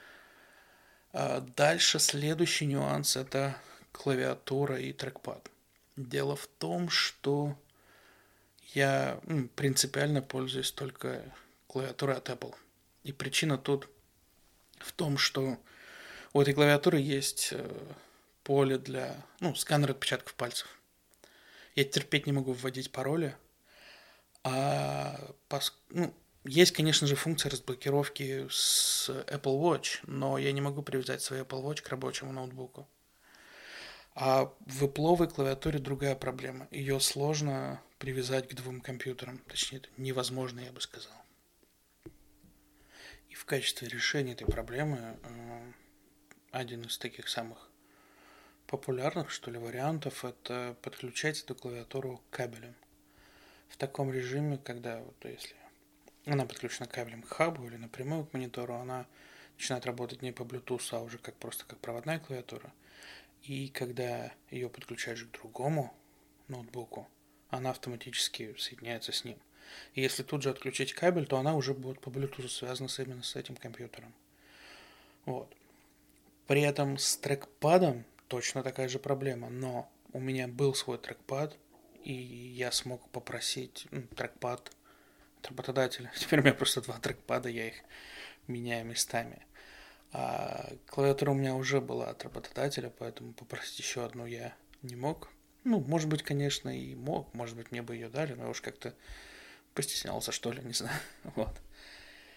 А дальше следующий нюанс – это клавиатура и трекпад. Дело в том, что я ну, принципиально пользуюсь только клавиатурой от Apple. И причина тут в том, что у этой клавиатуры есть поле для, ну, сканера отпечатков пальцев. Я терпеть не могу вводить пароли. А, ну, есть, конечно же, функция разблокировки с Apple Watch, но я не могу привязать свой Apple Watch к рабочему ноутбуку. А в Apple'овой клавиатуре другая проблема. Ее сложно привязать к двум компьютерам. Точнее, это невозможно, я бы сказал. И в качестве решения этой проблемы один из таких самых популярных, что ли, вариантов – это подключать эту клавиатуру кабелем. В таком режиме, когда, вот, если она подключена кабелем к хабу или напрямую к монитору, она начинает работать не по Bluetooth, а уже как просто как проводная клавиатура. И когда ее подключаешь к другому ноутбуку, она автоматически соединяется с ним. И если тут же отключить кабель, то она уже будет по Bluetooth связана именно с этим компьютером. Вот. При этом с трекпадом точно такая же проблема, но у меня был свой трекпад, и я смог попросить ну, трекпад от работодателя. Теперь у меня просто два трекпада, я их меняю местами. А клавиатура у меня уже была от работодателя, поэтому попросить еще одну я не мог. Ну, может быть, конечно, и мог, может быть, мне бы ее дали, но я уж как-то постеснялся, что ли, не знаю. Вот.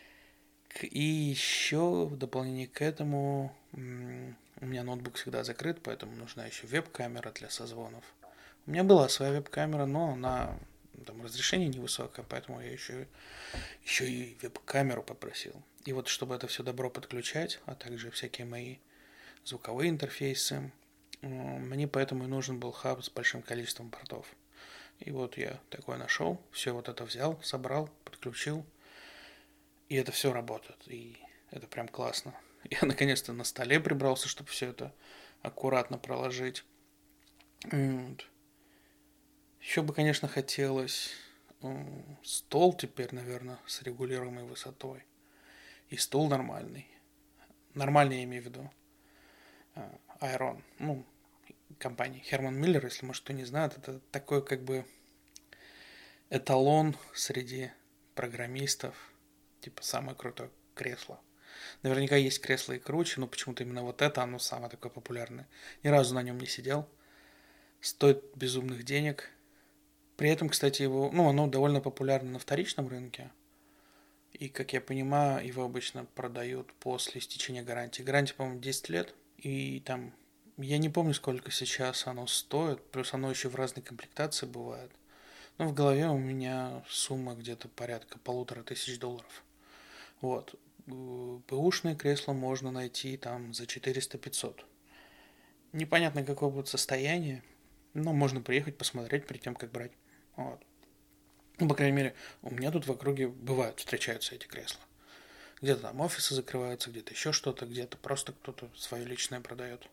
И еще в дополнение к этому у меня ноутбук всегда закрыт, поэтому нужна еще веб-камера для созвонов. У меня была своя веб-камера, но она там разрешение невысокое, поэтому я еще, еще и веб-камеру попросил. И вот чтобы это все добро подключать, а также всякие мои звуковые интерфейсы, мне поэтому и нужен был хаб с большим количеством портов. И вот я такой нашел, все вот это взял, собрал, подключил, и это все работает, и это прям классно. Я наконец-то на столе прибрался, чтобы все это аккуратно проложить. Вот. Еще бы, конечно, хотелось стол теперь, наверное, с регулируемой высотой. И стул нормальный. Нормальный я имею в виду. Айрон. Ну, компания Herman Miller, если, может, кто не знает, это такой как бы эталон среди программистов. Типа самое крутое кресло. Наверняка есть кресла и круче, но почему-то именно вот это, оно самое такое популярное. Ни разу на нем не сидел. Стоит безумных денег. При этом, кстати, его, ну, оно довольно популярно на вторичном рынке. И, как я понимаю, его обычно продают после истечения гарантии. Гарантия, по-моему, десять лет. И там, я не помню, сколько сейчас оно стоит. Плюс оно еще в разной комплектации бывает. Но в голове у меня сумма где-то порядка полутора тысяч долларов. Вот. Бэушное кресло можно найти там за четыреста-пятьсот. Непонятно, какое будет состояние. Но можно приехать посмотреть перед тем, как брать. Вот. Ну, по крайней мере, у меня тут в округе бывают, встречаются эти кресла. Где-то там офисы закрываются, где-то еще что-то, где-то просто кто-то свое личное продает.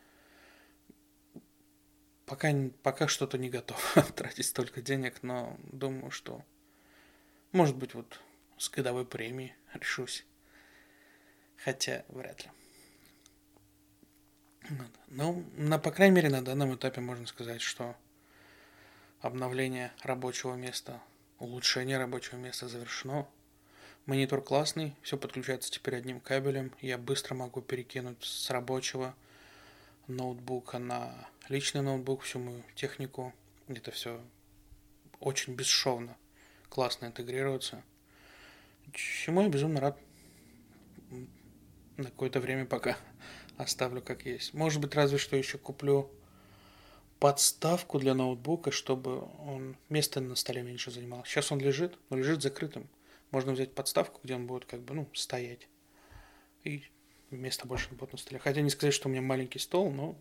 Пока, пока что-то не готов тратить столько денег, но думаю, что может быть вот с годовой премией решусь. Хотя вряд ли. Ну, на, по крайней мере, на данном этапе можно сказать, что обновление рабочего места, улучшение рабочего места завершено. Монитор классный, все подключается теперь одним кабелем. Я быстро могу перекинуть с рабочего ноутбука на личный ноутбук всю мою технику. Это все очень бесшовно, классно интегрируется. Чему я безумно рад. На какое-то время пока оставлю как есть. Может быть, разве что еще куплю подставку для ноутбука, чтобы он место на столе меньше занимал. Сейчас он лежит, но лежит закрытым. Можно взять подставку, где он будет как бы, ну, стоять. И места больше не будет на столе. Хотя не сказать, что у меня маленький стол, но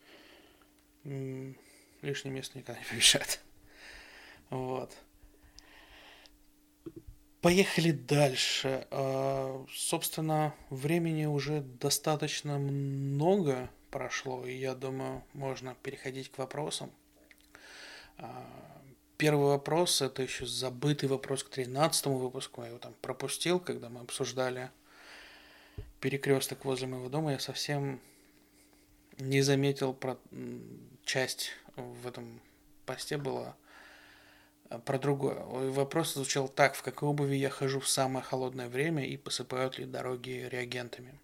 м- лишнее место никогда не помешает. Вот. Поехали дальше. А, собственно, времени уже достаточно много прошло, и я думаю, можно переходить к вопросам. А, первый вопрос, это еще забытый вопрос к тринадцатому выпуску, я его там пропустил, когда мы обсуждали перекресток возле моего дома, я совсем не заметил про часть в этом посте была про другое. Вопрос звучал так: в какой обуви я хожу в самое холодное время и посыпают ли дороги реагентами?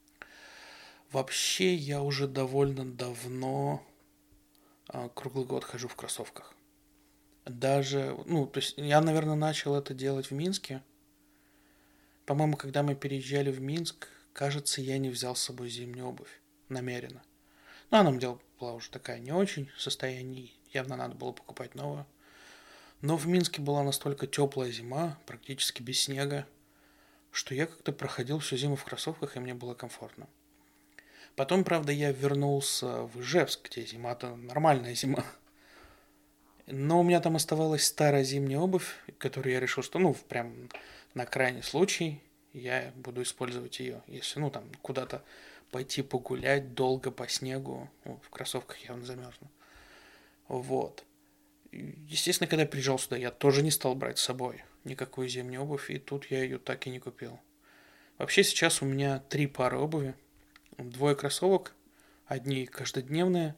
Вообще я уже довольно давно круглый год хожу в кроссовках. Даже, ну, то есть я, наверное, начал это делать в Минске. По-моему, когда мы переезжали в Минск, кажется, я не взял с собой зимнюю обувь. Намеренно. Но она мне была уже такая не очень в состоянии. Явно надо было покупать новую. Но в Минске была настолько теплая зима, практически без снега, что я как-то проходил всю зиму в кроссовках, и мне было комфортно. Потом, правда, я вернулся в Ижевск, где зима-то нормальная зима. Но у меня там оставалась старая зимняя обувь, которую я решил, что, ну, прям на крайний случай я буду использовать ее. Если, ну, там, куда-то пойти погулять долго по снегу, ну, в кроссовках явно замерзну. Вот. Естественно, когда я приезжал сюда, я тоже не стал брать с собой никакую зимнюю обувь, и тут я ее так и не купил. Вообще сейчас у меня три пары обуви. Двое кроссовок, одни каждодневные,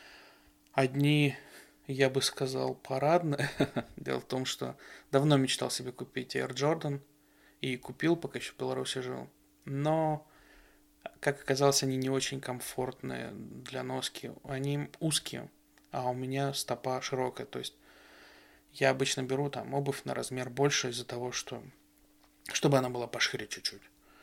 одни, я бы сказал, парадные. Дело в том, что давно мечтал себе купить Air Jordan, и купил, пока еще в Беларуси жил. Но, как оказалось, они не очень комфортные для носки. Они узкие, а у меня стопа широкая. То есть я обычно беру там обувь на размер больше из-за того, что чтобы она была пошире чуть-чуть.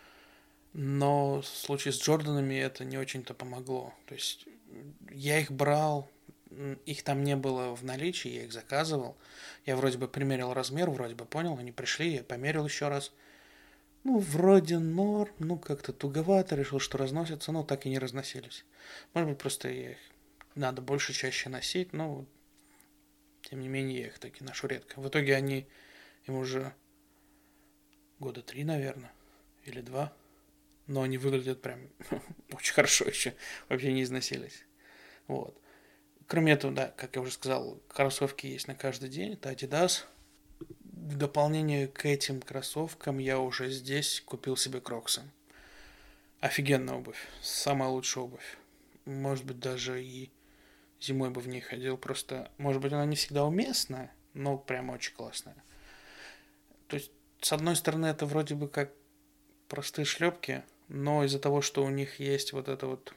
Но в случае с Джорданами это не очень-то помогло. То есть я их брал, их там не было в наличии, я их заказывал. Я вроде бы примерил размер, вроде бы понял, они пришли, я померил еще раз. Ну, вроде норм, ну как-то туговато, решил, что разносятся, но так и не разносились. Может быть, просто я их надо больше, чаще носить, но тем не менее я их таки ношу редко. В итоге они, им уже года три, наверное, или два. Но они выглядят прям очень хорошо еще, вообще не износились. Вот. Кроме этого, да, как я уже сказал, кроссовки есть на каждый день, это Adidas. В дополнение к этим кроссовкам я уже здесь купил себе кроксы. Офигенная обувь, самая лучшая обувь. Может быть, даже и зимой бы в ней ходил, просто, может быть, она не всегда уместная, но прям очень классная. То есть, с одной стороны, это вроде бы как простые шлепки, но из-за того, что у них есть вот это вот,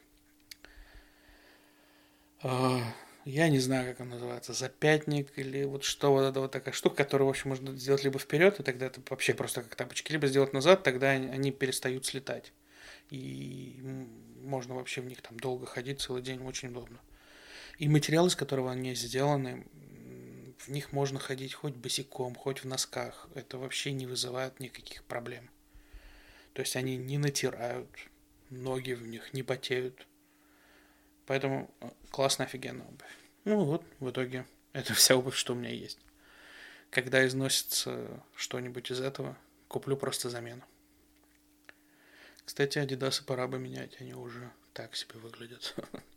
э, я не знаю, как он называется, запятник или вот что вот это вот такая штука, которую, в общем, можно сделать либо вперед, и тогда это вообще просто как тапочки, либо сделать назад, тогда они, они перестают слетать. И можно вообще в них там долго ходить целый день, очень удобно. И материал, из которого они сделаны, в них можно ходить хоть босиком, хоть в носках. Это вообще не вызывает никаких проблем. То есть они не натирают, ноги в них не потеют. Поэтому классная, офигенная обувь. Ну вот, в итоге, это вся обувь, что у меня есть. Когда износится что-нибудь из этого, куплю просто замену. Кстати, Адидасы пора бы менять, они уже так себе выглядят.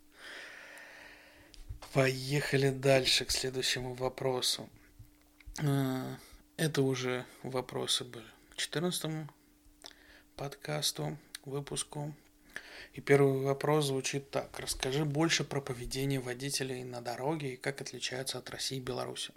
Поехали дальше к следующему вопросу. Это уже вопросы были к четырнадцатому подкасту, выпуску. И первый вопрос звучит так. Расскажи больше про поведение водителей на дороге и как отличается от России и Беларуси.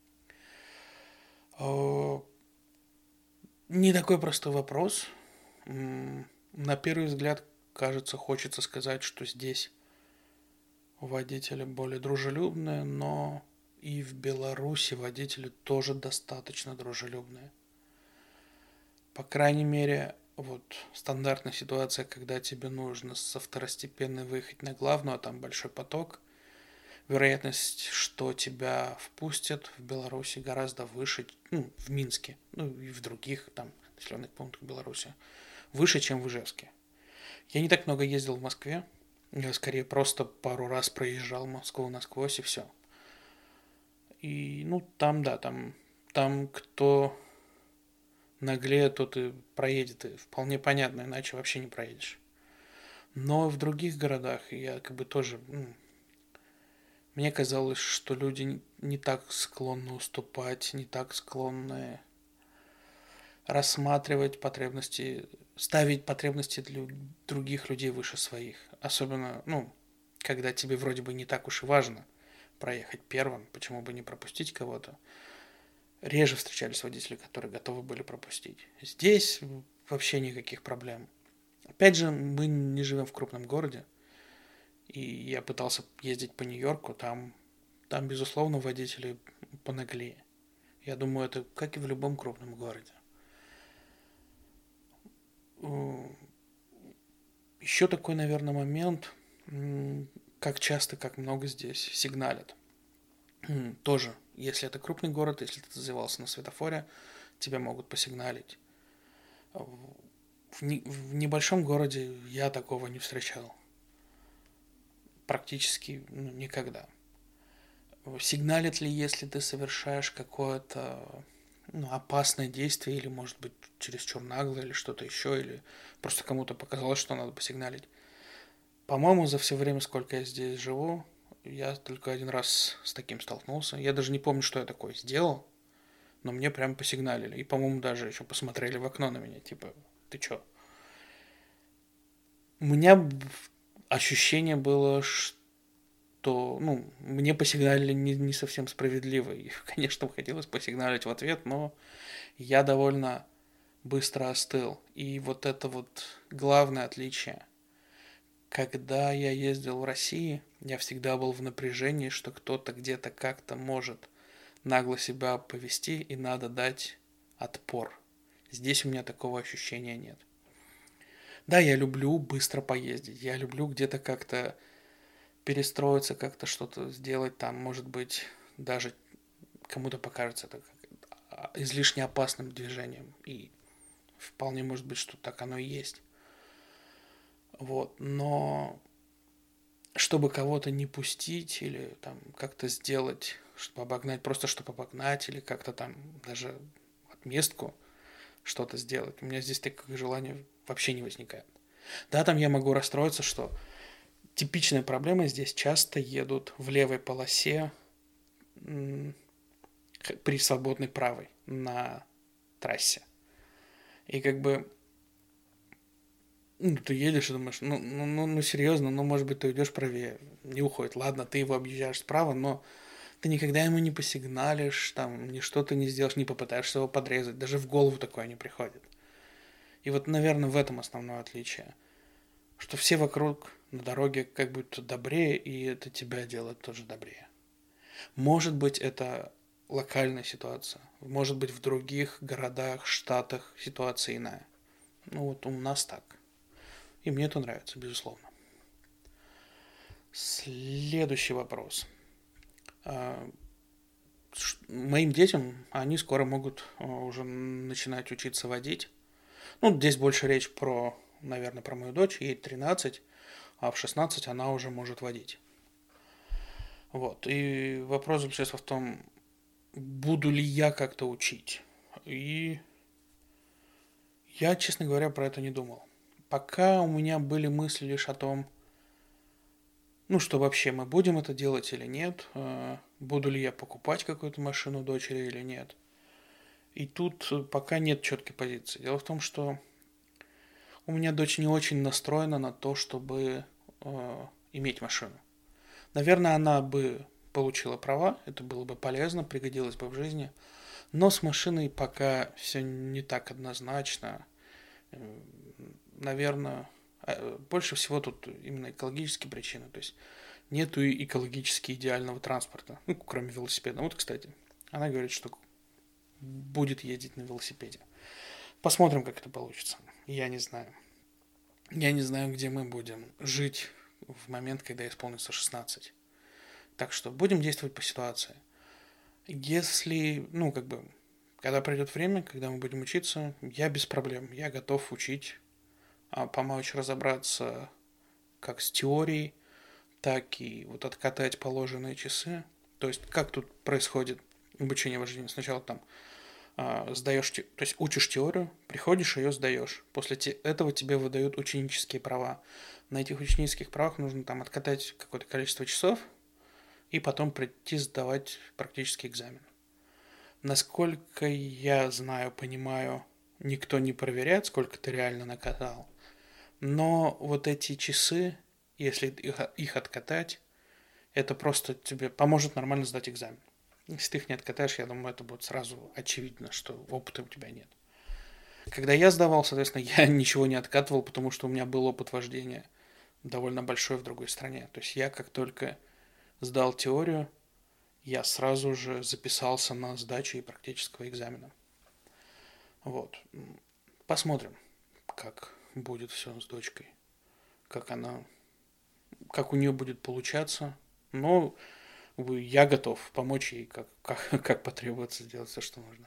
Не такой простой вопрос. На первый взгляд, кажется, хочется сказать, что здесь водители более дружелюбные, но и в Беларуси водители тоже достаточно дружелюбные. По крайней мере, вот стандартная ситуация, когда тебе нужно со второстепенной выехать на главную, а там большой поток, вероятность, что тебя впустят в Беларуси гораздо выше, ну, в Минске, ну и в других там населенных пунктах Беларуси, выше, чем в Ижевске. Я не так много ездил в Москве, я скорее просто пару раз проезжал Москву насквозь и все. И, ну, там, да, там, там кто наглее, тот и проедет, и вполне понятно, иначе вообще не проедешь. Но в других городах я как бы тоже, ну, мне казалось, что люди не так склонны уступать, не так склонны рассматривать потребности, ставить потребности для других людей выше своих. Особенно, ну, когда тебе вроде бы не так уж и важно проехать первым, почему бы не пропустить кого-то. Реже встречались водители, которые готовы были пропустить. Здесь вообще никаких проблем. Опять же, мы не живем в крупном городе, и я пытался ездить по Нью-Йорку, там, там безусловно, водители понаглее. Я думаю, это как и в любом крупном городе. Еще такой, наверное, момент, как часто, как много здесь сигналят. Тоже, если это крупный город, если ты зазевался на светофоре, тебя могут посигналить. В, не, в небольшом городе я такого не встречал. Практически ну, никогда. Сигналит ли, если ты совершаешь какое-то ну, опасное действие, или, может быть, чересчур нагло, или что-то еще, или просто кому-то показалось, что надо посигналить. По-моему, за все время, сколько я здесь живу, я только один раз с таким столкнулся. Я даже не помню, что я такое сделал, но мне прям посигналили. И, по-моему, даже еще посмотрели в окно на меня, типа, ты чё? У меня ощущение было, что, ну, мне посигналили не, не совсем справедливо. И, конечно, хотелось посигналить в ответ, но я довольно быстро остыл. И вот это вот главное отличие. Когда я ездил в России, я всегда был в напряжении, что кто-то где-то как-то может нагло себя повести и надо дать отпор. Здесь у меня такого ощущения нет. Да, я люблю быстро поездить, я люблю где-то как-то перестроиться, как-то что-то сделать там, может быть, даже кому-то покажется это как излишне опасным движением. И вполне может быть, что так оно и есть. Вот. Но чтобы кого-то не пустить или там как-то сделать, чтобы обогнать, просто чтобы обогнать, или как-то там даже отместку что-то сделать, у меня здесь такое желание вообще не возникает. Да, там я могу расстроиться, что типичная проблема здесь часто едут в левой полосе при свободной правой на трассе. И как бы ну, ты едешь и думаешь, ну, ну, ну, ну серьезно, ну, может быть, ты уйдешь правее. Не уходит. Ладно, ты его объезжаешь справа, но ты никогда ему не посигналишь, там, ни что-то не сделаешь, не попытаешься его подрезать. Даже в голову такое не приходит. И вот, наверное, в этом основное отличие. Что все вокруг на дороге как будто добрее, и это тебя делает тоже добрее. Может быть, это локальная ситуация. Может быть, в других городах, штатах ситуация иная. Ну, вот у нас так. И мне это нравится, безусловно. Следующий вопрос. Моим детям, они скоро могут уже начинать учиться водить. Ну, здесь больше речь про, наверное, про мою дочь. Ей тринадцать, а в шестнадцать она уже может водить. Вот. И вопрос заключается в том, буду ли я как-то учить. И я, честно говоря, про это не думал. Пока у меня были мысли лишь о том, ну, что вообще мы будем это делать или нет, буду ли я покупать какую-то машину дочери или нет. И тут пока нет четкой позиции. Дело в том, что у меня дочь не очень настроена на то, чтобы э, иметь машину. Наверное, она бы получила права, это было бы полезно, пригодилось бы в жизни, но с машиной пока все не так однозначно. Наверное, больше всего тут именно экологические причины, то есть нету экологически идеального транспорта, ну, кроме велосипеда. Вот, кстати, она говорит, что будет ездить на велосипеде. Посмотрим, как это получится. Я не знаю. Я не знаю, где мы будем жить в момент, когда исполнится шестнадцать. Так что будем действовать по ситуации. Если, ну, как бы, когда придет время, когда мы будем учиться, я без проблем. Я готов учить, помочь разобраться как с теорией, так и вот откатать положенные часы. То есть, как тут происходит обучение вождения? Сначала там сдаешь, то есть учишь теорию, приходишь, ее сдаешь. После этого тебе выдают ученические права. На этих ученических правах нужно там откатать какое-то количество часов и потом прийти сдавать практический экзамен. Насколько я знаю, понимаю, никто не проверяет, сколько ты реально накатал. Но вот эти часы, если их откатать, это просто тебе поможет нормально сдать экзамен. Если ты их не откатаешь, я думаю, это будет сразу очевидно, что опыта у тебя нет. Когда я сдавал, соответственно, я ничего не откатывал, потому что у меня был опыт вождения довольно большой в другой стране. То есть я как только сдал теорию, я сразу же записался на сдачу и практического экзамена. Вот. Посмотрим, как будет все с дочкой. Как она, как у нее будет получаться. Но я готов помочь ей, как, как, как потребуется, сделать все, что нужно.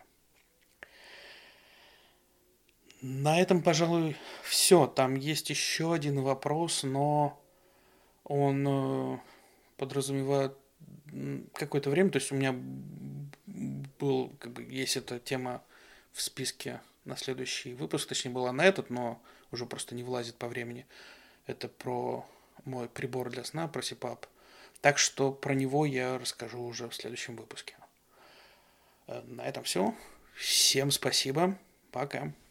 На этом, пожалуй, все. Там есть еще один вопрос, но он подразумевает какое-то время. То есть у меня был, как бы, есть эта тема в списке на следующий выпуск, точнее была на этот, но уже просто не влазит по времени. Это про мой прибор для сна, про сипап. Так что про него я расскажу уже в следующем выпуске. На этом все. Всем спасибо. Пока.